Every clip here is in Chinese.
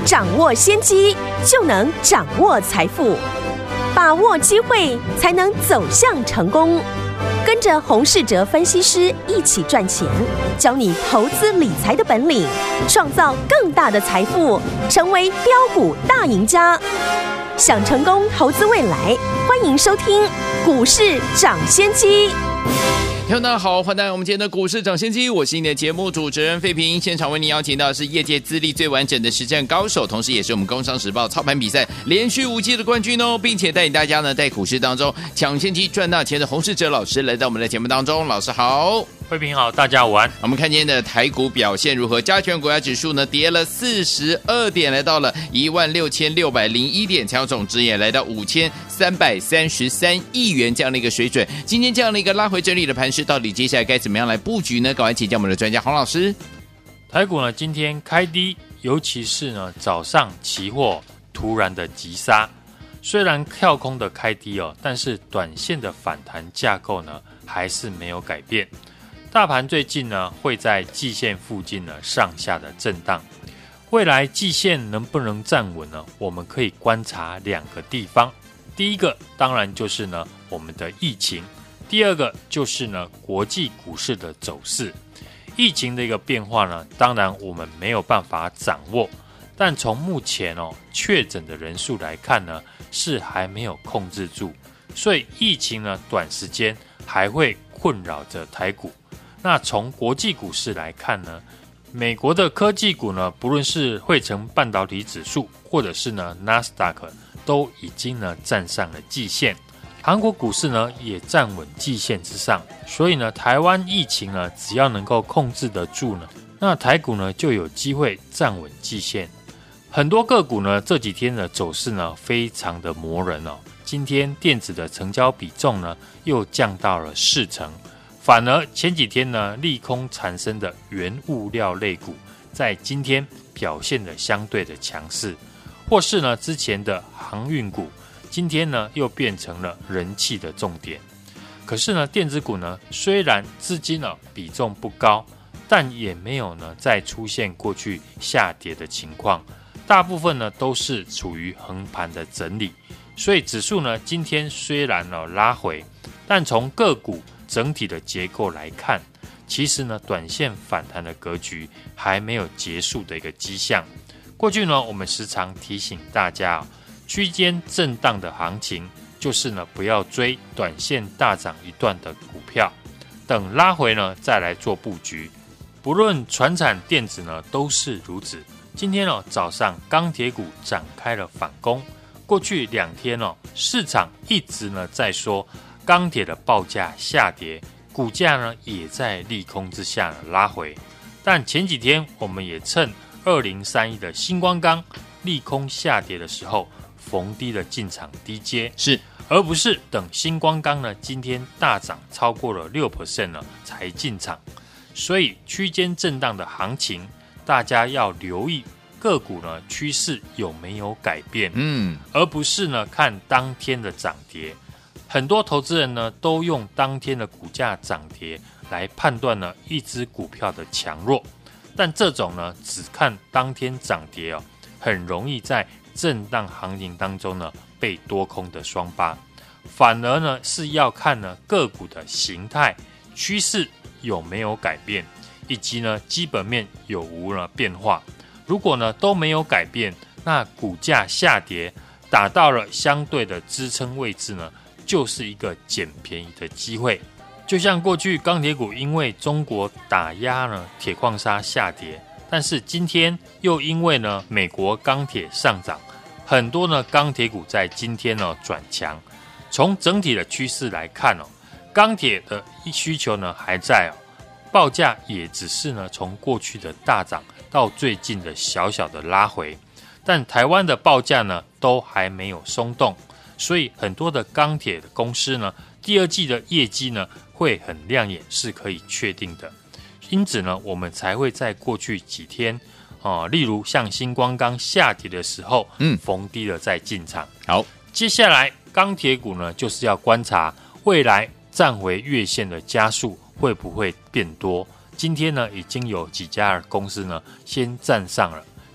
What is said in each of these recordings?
掌握先机，就能掌握财富。把握机会，才能走向成功。跟着洪士哲分析师一起赚钱，教你投资理财的本领，创造更大的财富，成为标股大赢家。想成功投资未来，欢迎收听股市涨先机。 听众大家好，欢迎来到我们今天的股市涨先机，我是你的节目主持人费平。现场为您邀请到的是业界资历最完整的实战高手，同时也是我们工商时报操盘比赛连续5季的冠军哦，并且带领大家呢在股市当中抢先机赚大钱的洪士哲老师来到我们的节目当中。老师好。 慧平好，大家午安。 我们看今天的台股表现如何？加权股价指数呢跌了42点，来到了16601点，成交总值也来到5333亿元这样的一个水准。今天这样的一个拉回整理的盘势，到底接下来该怎么样来布局呢？赶快请教我们的专家洪老师。 台股呢今天开低，尤其是呢早上期货突然的急杀，虽然跳空的开低哦，但是短线的反弹架构呢还是没有改变。大盘最近呢会在季线附近呢上下的震荡，未来季线能不能站稳呢？我们可以观察2个地方。第一个当然就是呢我们的疫情，第二个就是呢国际股市的走势。疫情的一个变化呢，当然我们没有办法掌握，但从目前确诊的人数来看呢，是还没有控制住，所以疫情呢短时间还会困扰着台股。那从国际股市来看呢，美国的科技股呢，不论是汇成半导体指数或者是呢纳斯达克，都已经呢站上了季线。韩国股市呢也站稳季线之上，所以呢台湾疫情呢只要能够控制得住呢，那台股呢就有机会站稳季线。很多个股呢这几天的走势呢非常的磨人哦。今天电子的成交比重呢又降到了40%，反而前几天呢利空缠身的原物料类股，在今天表现的相对的强势，或是呢之前的航运股，今天呢又变成了人气的重点。可是呢电子股呢虽然资金呢比重不高，但也没有呢再出现过去下跌的情况，大部分呢都是处于横盘的整理。所以指数呢今天虽然拉回，但从个股整体的结构来看，其实呢短线反弹的格局还没有结束的一个迹象。过去呢我们时常提醒大家区间震荡的行情，就是呢不要追短线大涨一段的股票，等拉回呢再来做布局。不论传产电子呢都是如此。今天早上钢铁股展开了反攻，过去2天市场一直呢在说钢铁的报价下跌，股价呢也在利空之下拉回。但前几天我们也趁2031的星光钢利空下跌的时候，逢低的进场低接， 是， 而不是等星光钢呢今天大涨超过了 6% 呢才进场。所以区间震荡的行情，大家要留意个股呢趋势有没有改变，而不是呢看当天的涨跌。很多投资人呢都用当天的股价涨跌来判断呢一只股票的强弱，但这种呢只看当天涨跌很容易在震荡行情当中呢被多空的双巴。反而呢是要看呢个股的形态趋势有没有改变，以及呢基本面有无呢变化。如果呢都没有改变，那股价下跌打到了相对的支撑位置呢，就是一个捡便宜的机会。就像过去钢铁股因为中国打压呢铁矿砂下跌，但是今天又因为呢美国钢铁上涨，很多呢钢铁股在今天呢转强。从整体的趋势来看钢铁的需求呢还在报价也只是呢从过去的大涨到最近的小小的拉回，但台湾的报价呢都还没有松动，所以很多的钢铁的公司呢第二季的业绩呢会很亮眼，是可以确定的。因此呢我们才会在过去几天例如像星光钢下跌的时候逢低的再进场。 好， 接下来钢铁股呢就是要观察未来站回月线的加速会不会变多。今天呢已经有几家公司呢先站上了，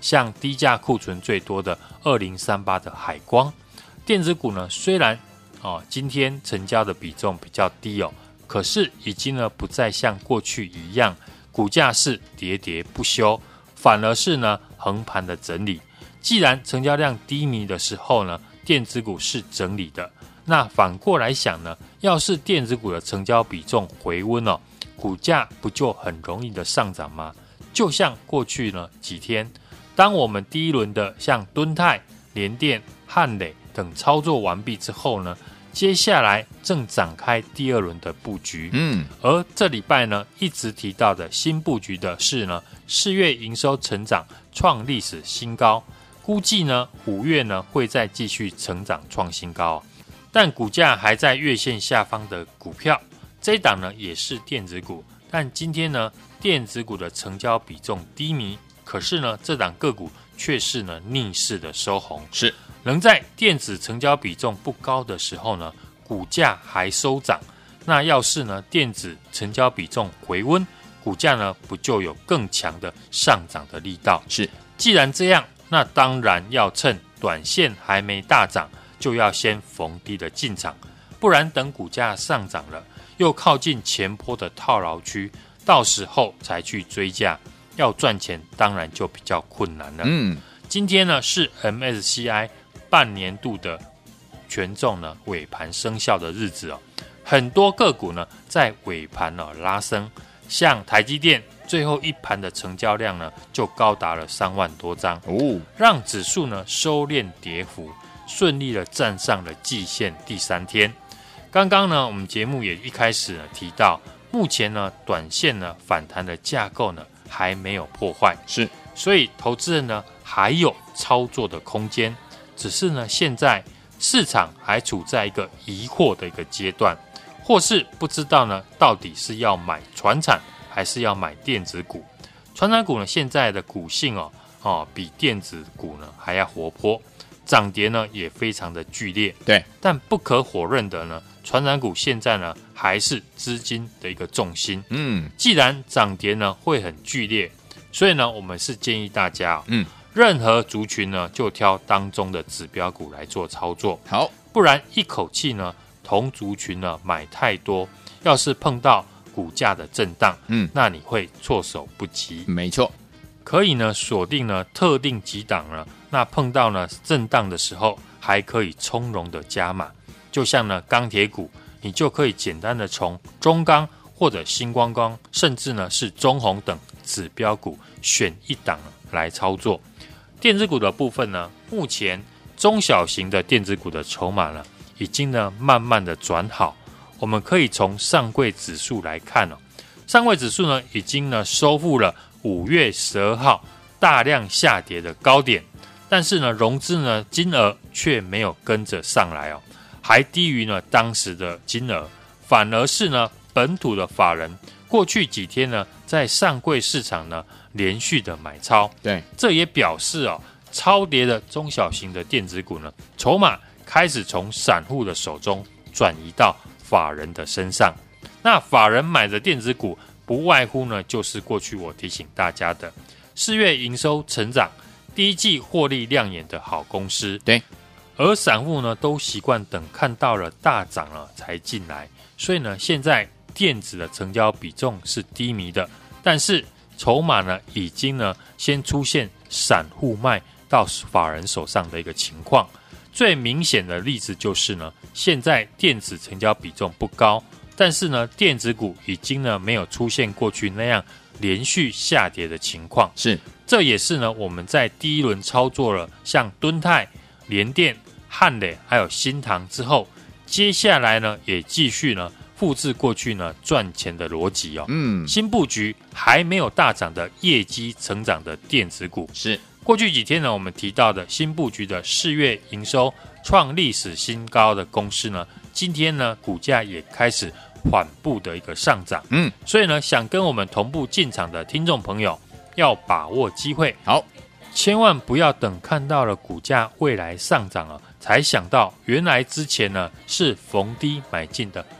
像低价库存最多的2038的海光。电子股呢，虽然今天成交的比重比较低可是已经呢不再像过去一样，股价是喋喋不休，反而是呢横盘的整理。既然成交量低迷的时候呢，电子股是整理的，那反过来想呢，要是电子股的成交比重回温股价不就很容易的上涨吗？就像过去呢几天，当我们第一轮的像敦泰、联电、汉磊等操作完毕之后呢，接下来正展开第二轮的布局。而这礼拜呢一直提到的新布局的是呢4月营收成长创历史新高，估计呢5月呢会再继续成长创新高但股价还在月线下方的股票，这一档呢也是电子股，但今天呢电子股的成交比重低迷，可是呢这档个股却是呢逆势的收红， 是能在电子成交比重不高的时候呢股价还收涨。那要是呢电子成交比重回温，股价呢不就有更强的上涨的力道？ 是， 既然这样，那当然要趁短线还没大涨，就要先逢低的进场，不然等股价上涨了，又靠近前波的套牢区，到时候才去追价，要赚钱当然就比较困难了。今天呢是 MSCI 半年度的权重呢尾盘生效的日子很多个股呢在尾盘拉升，像台积电最后一盘的成交量呢就高达了3万多张让指数呢收敛跌幅，顺利的站上了季线第3天。刚刚呢我们节目也一开始呢提到，目前呢短线呢反弹的架构呢还没有破坏， 是， 所以投资人呢还有操作的空间，只是呢现在市场还处在一个疑惑的一个阶段，或是不知道呢到底是要买传产还是要买电子股。传产股呢现在的股性比电子股呢还要活泼，涨跌呢也非常的剧烈。 对， 但不可否认的呢，传产股现在呢还是资金的一个重心。既然涨跌呢会很剧烈，所以呢我们是建议大家任何族群呢就挑当中的指标股来做操作， 好， 不然一口气呢同族群呢买太多，要是碰到股价的震荡，那你会措手不及。 没错， 可以呢锁定呢特定几档呢，那碰到呢震荡的时候还可以从容的加码。就像呢钢铁股，你就可以简单的从中钢或者新光光，甚至呢是中鸿等指标股选一档来操作。电子股的部分呢，目前中小型的电子股的筹码呢已经呢慢慢的转好。我们可以从上柜指数来看上柜指数呢已经呢收复了5月12号大量下跌的高点，但是呢融资呢金额却没有跟着上来还低于呢当时的金额，反而是呢本土的法人过去几天呢在上柜市场呢连续的买超， 对， 这也表示超跌的中小型的电子股呢筹码开始从散户的手中转移到法人的身上。那法人买的电子股不外乎呢就是过去我提醒大家的4月营收成长、第一季获利亮眼的好公司。 对， 而散户呢都习惯等看到了大涨了才进来，所以呢现在电子的成交比重是低迷的，但是筹码呢已经呢先出现散户卖到法人手上的一个情况。最明显的例子就是呢，现在电子成交比重不高，但是呢电子股已经呢没有出现过去那样连续下跌的情况。 是， 这也是呢我们在第一轮操作了像敦泰、联电、汉磊还有新唐之后，接下来呢也继续呢复制过去呢赚钱的逻辑新布局还没有大涨的业绩成长的电子股， 是过去几天呢我们提到的新布局的4月营收创历史新高的公司呢，今天呢股价也开始缓步的一个上涨。所以呢想跟我们同步进场的听众朋友要把握机会， 好， 千万不要等看到了股价未来上涨才想到原来之前呢是逢低买进的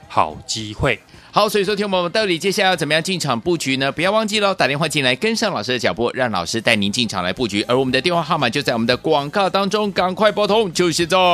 好机会。 好，所以说听我们到底接下来要怎么样进场布局呢？不要忘记了打电话进来跟上老师的脚步，让老师带您进场来布局。而我们的电话号码就在我们的广告当中，赶快拨通，就现在。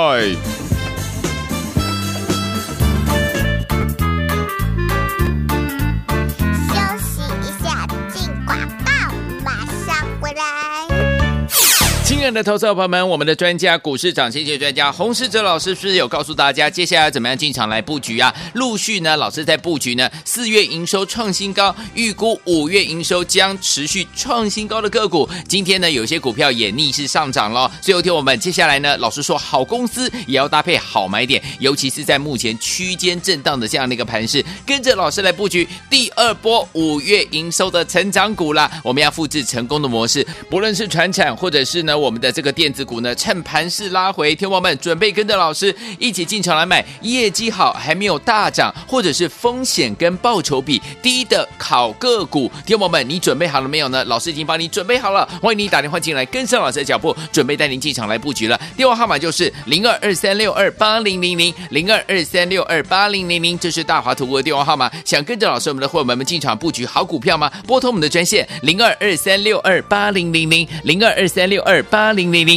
亲爱的投资者朋友们，我们的专家股市涨先机专家洪士哲老师是不是有告诉大家接下来怎么样进场来布局啊？陆续呢，老师在布局呢，4月营收创新高，预估5月营收将持续创新高的个股。今天呢，有些股票也逆势上涨了，所以有听我们接下来呢，老师说好公司也要搭配好买点，尤其是在目前区间震荡的这样的一个盘势，跟着老师来布局第二波5月营收的成长股啦。我们要复制成功的模式，不论是传产或者是呢我们的这个电子股呢，趁盘势拉回，天王们准备跟着老师一起进场来买业绩好还没有大涨，或者是风险跟报酬比低的好个股。天王们，你准备好了没有呢？老师已经帮你准备好了，欢迎你打电话进来跟上老师的脚步，准备带您进场来布局了。电话号码就是0223628000 0223628000，这是大华投顾的电话号码。想跟着老师我们的伙伴们进场布局好股票吗？拨通我们的专线0223628000 0223628000。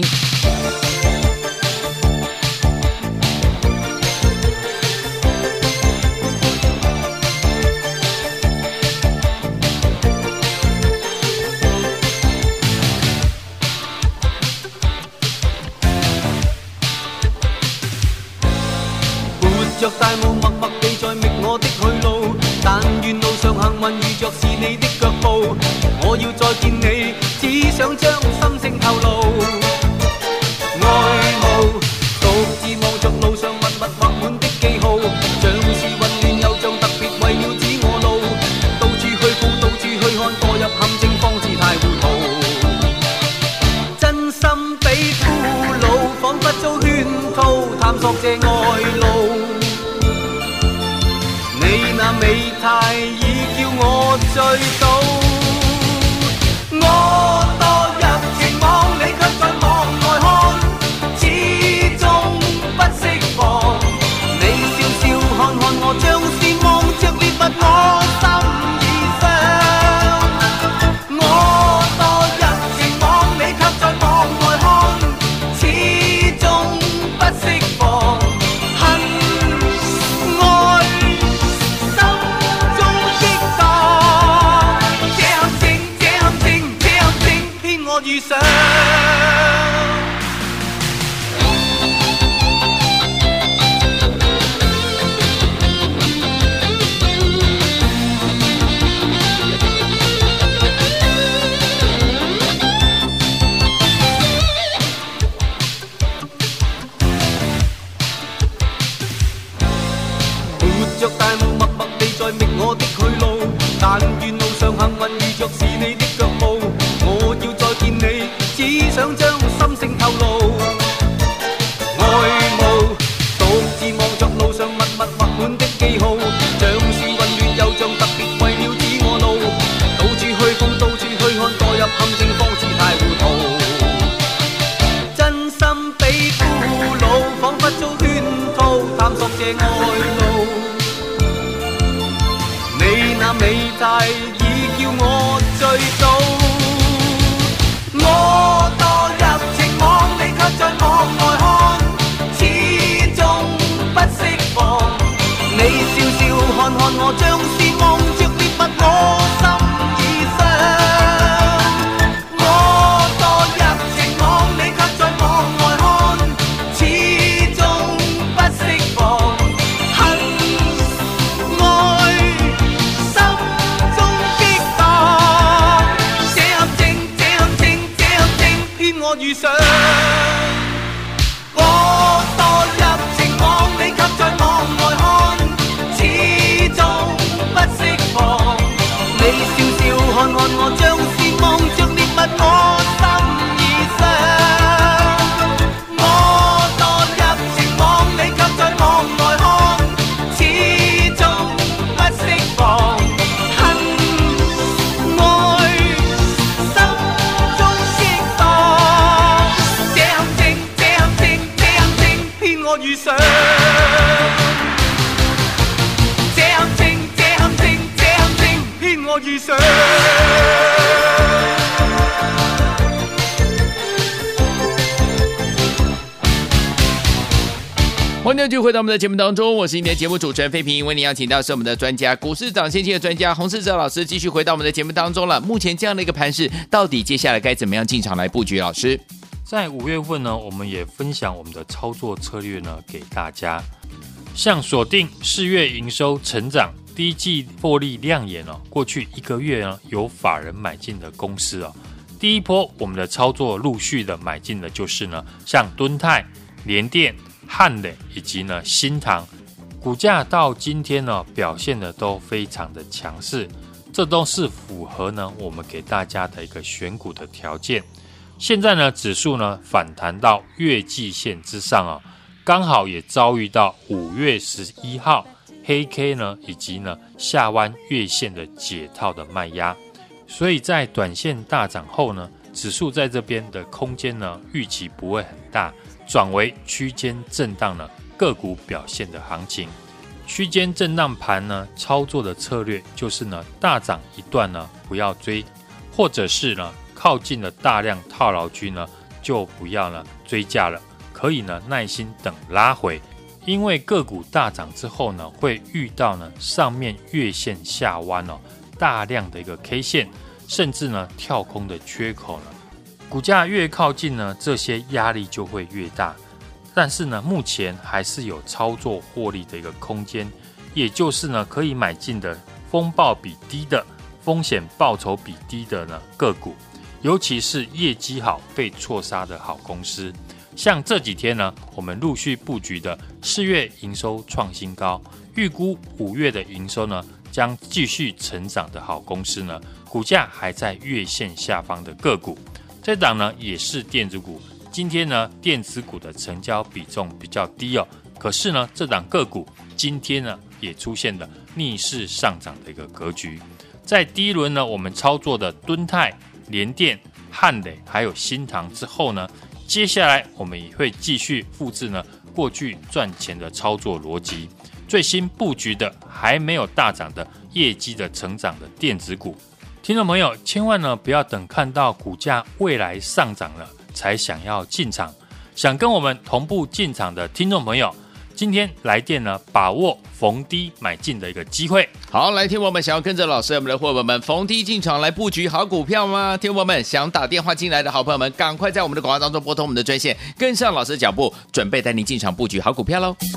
着大霧默默地在覓我的去路，但願路上幸運遇着是你的腳步。我要再見你，只想將心聲透露。愛慕獨自望着路上密密畫滿的記號，像是混亂又像特別為了指我路。到處去報，到處去看，墮入陷阱方知太糊塗。真心比俘虜，彷彿遭圈套，探索這愛路。你那美態已叫我醉倒，我墮入情網，你卻在網外看，始終不釋放。你笑笑看看我，像是望着獵物，我心已傷。我墮入情網，你卻在網外看，始終不釋放。遇上活着大霧默默地在覓我的去路，但願路上幸運遇着是你的腳步。我要再見你，只想將心聲透露。愛慕獨自望着路上密密畫滿的記號，像是混亂又像特別為了指我路。到處去報，到處去看，墮入陷阱方知太糊塗。真心比俘虜，彷彿遭圈套，探索這愛路。你那美態已叫我醉倒。我墮入情網，你卻在網外看，始終不釋放。你笑笑看看我，像是望着獵物，我心已傷。我墮入情網，你卻在網外看，始終不釋放。恨愛心中激盪，這陷阱我遇上。我墮入情網，你卻在網外看，始終不釋放。你笑笑看看我，像是望着獵物，我心已傷。我墮入情網，你卻在網外看，始終不釋放。恨愛心中激盪，遇上。 遇上。 欢迎继续回到我们的节目当中，我是今天的节目主持人费平，为您邀请到是我们的专家股市涨先机的专家洪士哲老师，继续回到我们的节目当中了。目前这样的一个盘势，到底接下来该怎么样进场来布局？老师， 在5月份呢，我们也分享我们的操作策略呢给大家，像锁定4月营收成长、第一季获利亮眼哦，过去1个月呢有法人买进的公司哦。第一波我们的操作陆续的买进的就是呢，像敦泰、联电、汉磊以及呢新唐，股价到今天呢表现的都非常的强势，这都是符合呢我们给大家的一个选股的条件。现在呢指数呢反弹到月季线之上啊，刚好也遭遇到5月11号黑 K 呢以及呢下弯月线的解套的卖压，所以在短线大涨后呢，指数在这边的空间呢预期不会很大，转为区间震荡呢个股表现的行情。区间震荡盘呢操作的策略就是呢大涨一段呢不要追，或者是呢靠近了大量套牢区呢就不要呢追价了，可以呢耐心等拉回，因为个股大涨之后呢会遇到呢上面月线下弯哦，大量的一个 K 线，甚至呢跳空的缺口呢，股价越靠近呢，这些压力就会越大。但是呢，目前还是有操作获利的一个空间，也就是呢，可以买进的风暴比低的、风险报酬比低的呢个股，尤其是业绩好被错杀的好公司。像这几天呢，我们陆续布局的4月营收创新高，预估5月的营收呢将继续成长的好公司呢，股价还在月线下方的个股。这档呢也是电子股，今天呢电子股的成交比重比较低哦，可是呢这档个股今天呢也出现了逆势上涨的一个格局。在第一轮呢我们操作的敦泰、联电、汉磊还有新唐之后呢，接下来我们也会继续复制呢过去赚钱的操作逻辑，最新布局的还没有大涨的业绩的成长的电子股。听众朋友，千万呢不要等看到股价未来上涨了才想要进场，想跟我们同步进场的听众朋友，今天来电呢，把握逢低买进的一个机会。 好，来听我们想要跟着老师我们的伙伴们逢低进场来布局好股票吗？听我们想打电话进来的好朋友们，赶快在我们的广告当中拨通我们的专线，跟上老师的脚步，准备带您进场布局好股票咯。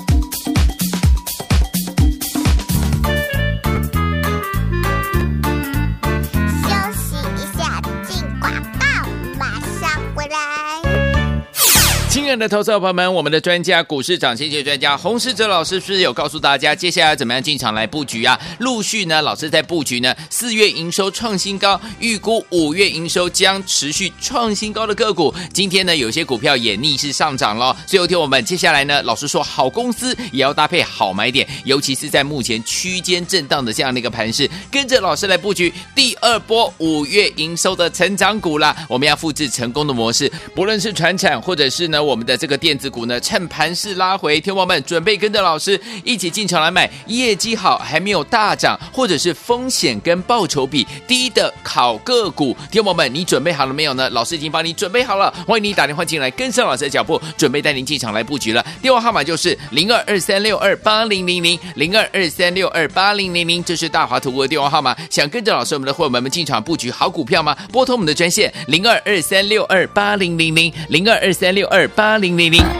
亲爱的投资者朋友们，我们的专家股市涨先机专家洪士哲老师是不是有告诉大家接下来怎么样进场来布局啊？陆续呢老师在布局呢4月营收创新高，预估5月营收将持续创新高的个股，今天呢有些股票也逆势上涨了，所以有听我们接下来呢老师说好公司也要搭配好买点，尤其是在目前区间震荡的这样的一个盘势，跟着老师来布局第二波5月营收的成长股啦。我们要复制成功的模式，不论是传产或者是呢我们的这个电子股呢，趁盘势拉回，听众们准备跟着老师一起进场来买业绩好还没有大涨，或者是风险跟报酬比低的好个股。听众们，你准备好了没有呢？老师已经帮你准备好了，欢迎你打电话进来，跟上老师的脚步，准备带您进场来布局了。电话号码就是0223628000，0223628000，这是大华投顾的电话号码。想跟着老师我们的伙伴们进场布局好股票吗？拨通我们的专线0223628000，0223628000。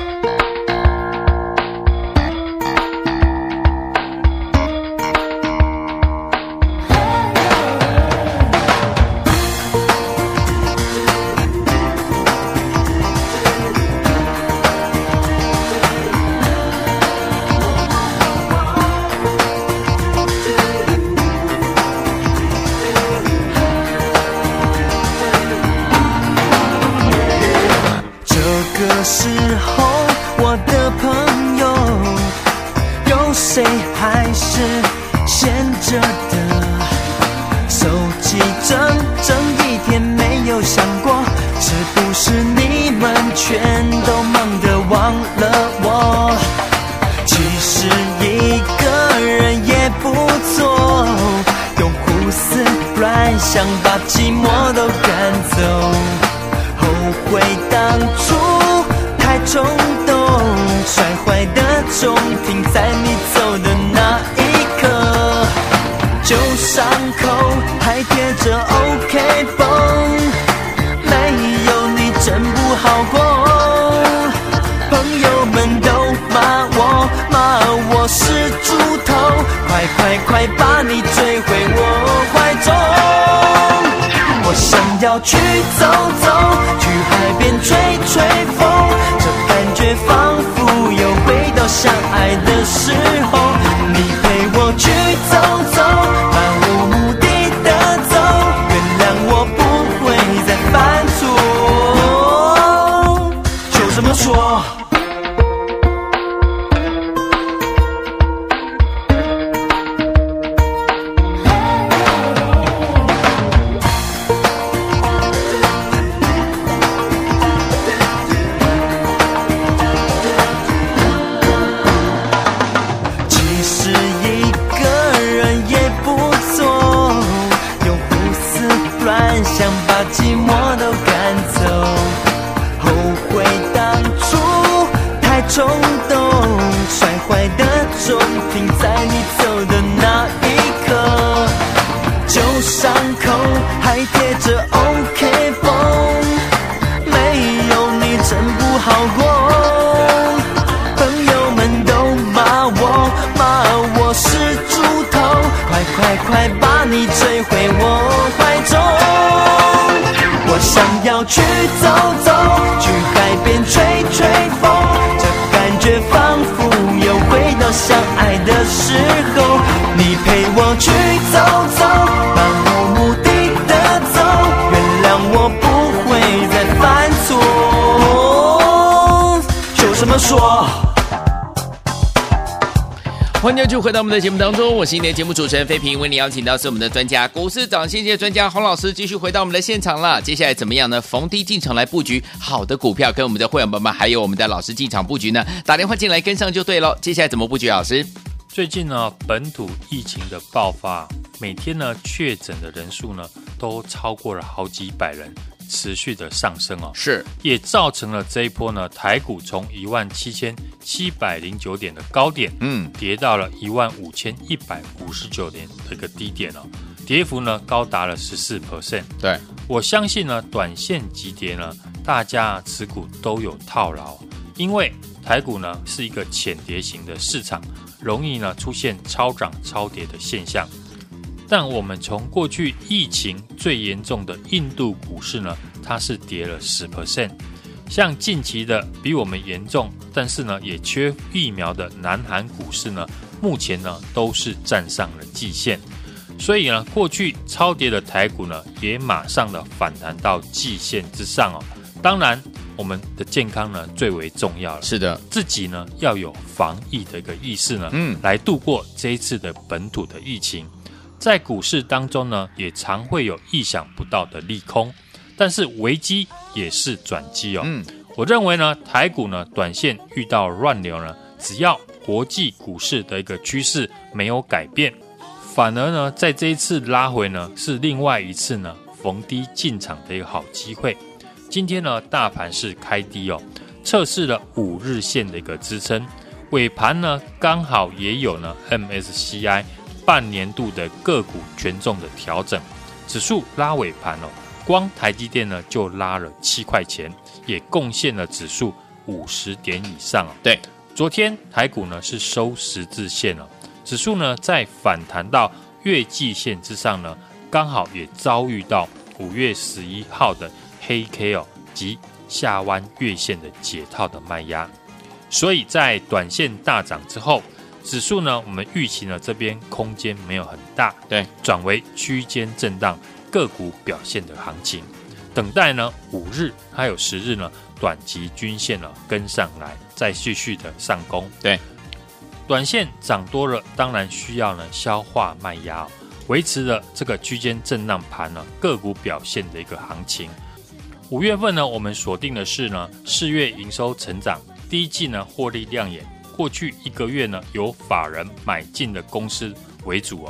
时候，我的朋友，有谁还是闲着的？手机整一天没有想过，是不是你们全都忙得忘了我？其实一个人也不错，用胡思乱想把寂寞都赶走。后悔当初太冲动，摔坏的钟停在你走的那一刻，旧伤口还贴着 OK 绷，没有你真不好过。朋友们都骂我是猪头，快把你追回我怀中。我想要去走走，去海边吹风，这感觉仿佛又回到相爱的时候。你陪我去走走，漫无目的的走，原谅我不会再犯错。就这么说。寂寞都赶走，后悔当初太冲动，摔坏的钟停在你走的那一刻，旧伤口还贴着 OK 绷，没有你真不好过。朋友们都骂我是猪头，快把你追回我怀中。我想要去走走，去海边吹风，这感觉仿佛又回到相爱的时候。你陪我去走走，漫无目的的走，原谅我不会再犯错。就这么说。 欢迎继续回到我们的节目当中，我是今天的节目主持人飞平，为你邀请到是我们的专家股市涨先机专家洪老师，继续回到我们的现场了。接下来怎么样呢？逢低进场来布局好的股票，跟我们的会员朋友们还有我们的老师进场布局呢？打电话进来跟上就对了。接下来怎么布局？老师， 最近呢，本土疫情的爆发，每天呢确诊的人数呢都超过了好几百人，持续的上升哦， 是也造成了这一波呢，台股从17709点的高点，跌到了15159点的一个低点哦，跌幅呢高达了14%。 对， 我相信呢，短线急跌呢，大家持股都有套牢，因为台股呢是一个浅跌型的市场，容易呢出现超涨超跌的现象。但我们从过去疫情最严重的印度股市呢，它是跌了10%。像近期的比我们严重，但是呢也缺疫苗的南韩股市呢，目前呢都是站上了季线。所以呢，过去超跌的台股呢，也马上的反弹到季线之上哦。当然，我们的健康呢最为重要了。 是的， 自己呢要有防疫的一个意识呢，来度过这一次的本土的疫情。在股市当中呢，也常会有意想不到的利空，但是危机也是转机哦。我认为呢，台股呢短线遇到乱流呢，只要国际股市的一个趋势没有改变，反而呢在这一次拉回呢，是另外一次呢逢低进场的一个好机会。今天呢大盘是开低哦，测试了5日线的一个支撑，尾盘呢刚好也有呢 MSCI半年度的个股权重的调整，指数拉尾盘哦，光台积电呢就拉了7块钱，也贡献了指数50点以上哦。 对， 昨天台股呢是收十字线哦，指数呢在反弹到月季线之上呢，刚好也遭遇到5月11号的黑 K 哦及下弯月线的解套的卖压，所以在短线大涨之后，指数呢，我们预期呢这边空间没有很大， 对， 转为区间震荡，个股表现的行情，等待呢5日还有10日呢短期均线呢跟上来，再继续的上攻。 对， 短线涨多了，当然需要呢消化卖压，维持了这个区间震荡盘呢个股表现的一个行情。5月份呢，我们锁定的是呢4月营收成长，第一季呢获利亮眼。过去1个月呢，由法人买进的公司为主哦。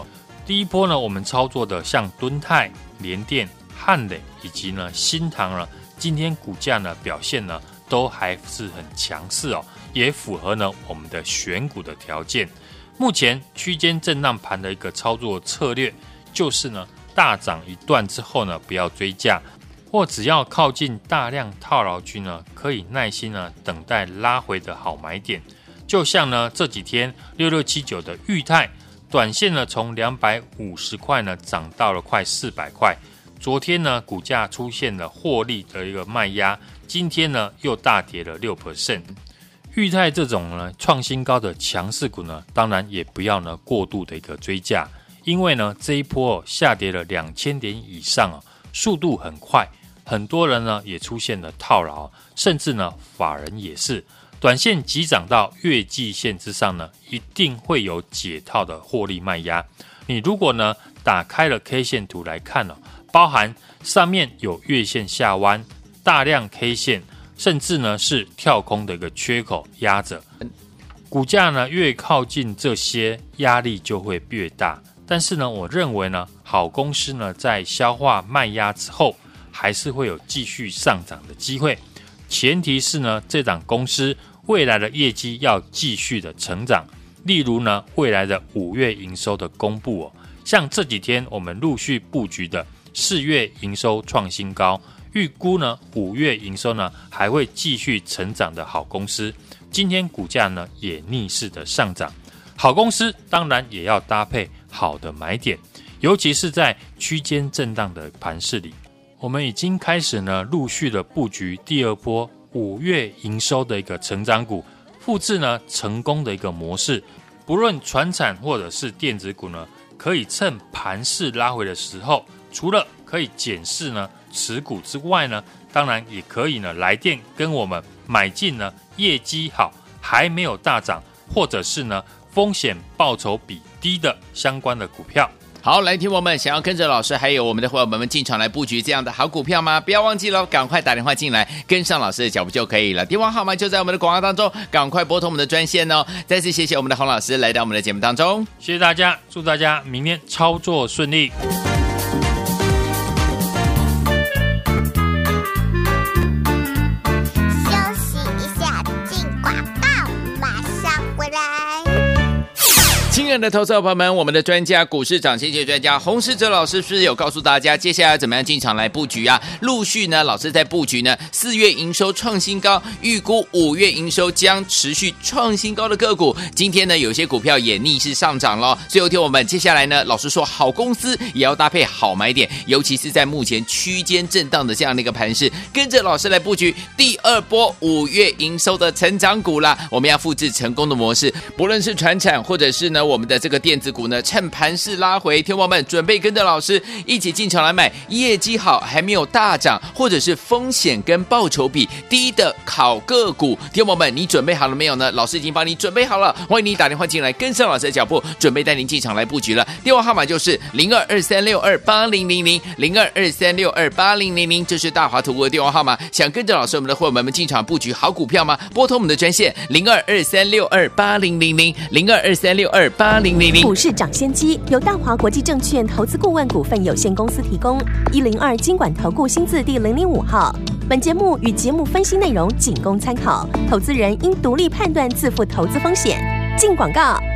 第一波呢，我们操作的像敦泰、联电、汉磊以及呢新唐呢，今天股价呢表现呢都还是很强势哦，也符合呢我们的选股的条件。目前区间震荡盘的一个操作策略，就是呢大涨一段之后呢不要追价，或只要靠近大量套牢区呢，可以耐心呢等待拉回的好买点。就像呢这几天6679的裕泰。短线呢，从250块呢涨到了快400块。昨天呢，股价出现了获利的一个卖压，今天呢又大跌了6%。裕泰这种呢创新高的强势股呢，当然也不要呢过度的一个追价，因为呢这一波下跌了2000点以上速度很快，很多人呢也出现了套牢，甚至呢法人也是。短线急涨到月季线之上呢，一定会有解套的获利卖压。你如果呢打开了 K 线图来看包含上面有月线下弯、大量 K 线，甚至呢是跳空的一个缺口压着，股价呢越靠近这些，压力就会越大。但是呢，我认为呢，好公司呢在消化卖压之后，还是会有继续上涨的机会。前提是呢，这档公司未来的业绩要继续的成长，例如呢，未来的5月营收的公布像这几天我们陆续布局的4月营收创新高，预估呢5月营收呢还会继续成长的好公司，今天股价呢也逆势的上涨。好公司当然也要搭配好的买点，尤其是在区间震荡的盘势里，我们已经开始呢陆续的布局第二波5月营收的一个成长股，复制呢成功的一个模式。不论传产或者是电子股呢，可以趁盘势拉回的时候，除了可以检视呢持股之外呢，当然也可以呢来电跟我们买进呢业绩好还没有大涨，或者是呢风险报酬比低的相关的股票。 好，来听我们想要跟着老师还有我们的伙伴们进场来布局这样的好股票吗？不要忘记了，赶快打电话进来跟上老师的脚步就可以了，电话号码就在我们的广告当中，赶快拨通我们的专线哦。再次谢谢我们的洪老师来到我们的节目当中， 谢谢大家，祝大家明天操作顺利。 亲爱的投资者朋友们，我们的专家股市涨先机专家洪士哲老师是不是有告诉大家接下来怎么样进场来布局啊？陆续呢老师在布局呢4月营收创新高，预估5月营收将持续创新高的个股，今天呢有些股票也逆势上涨了，所以有听我们接下来呢老师说好公司也要搭配好买点，尤其是在目前区间震荡的这样的一个盘势，跟着老师来布局第二波5月营收的成长股啦。我们要复制成功的模式，不论是传产或者是呢我们的这个电子股呢，趁盘势拉回，天王们准备跟着老师一起进场来买业绩好还没有大涨，或者是风险跟报酬比低的好个股。天王们，你准备好了没有呢？老师已经帮你准备好了，欢迎你打电话进来跟上老师的脚步，准备带您进场来布局了。电话号码就是0223628000 0223628000，这是大华投顾的电话号码。想跟着老师我们的伙伴们进场布局好股票吗？拨通我们的专线0223628000 0223628000。 股市涨先机由大华国际证券投资顾问股份有限公司提供，102金管投顾新字第005号。本节目与节目分析内容仅供参考，投资人应独立判断，自负投资风险。进广告。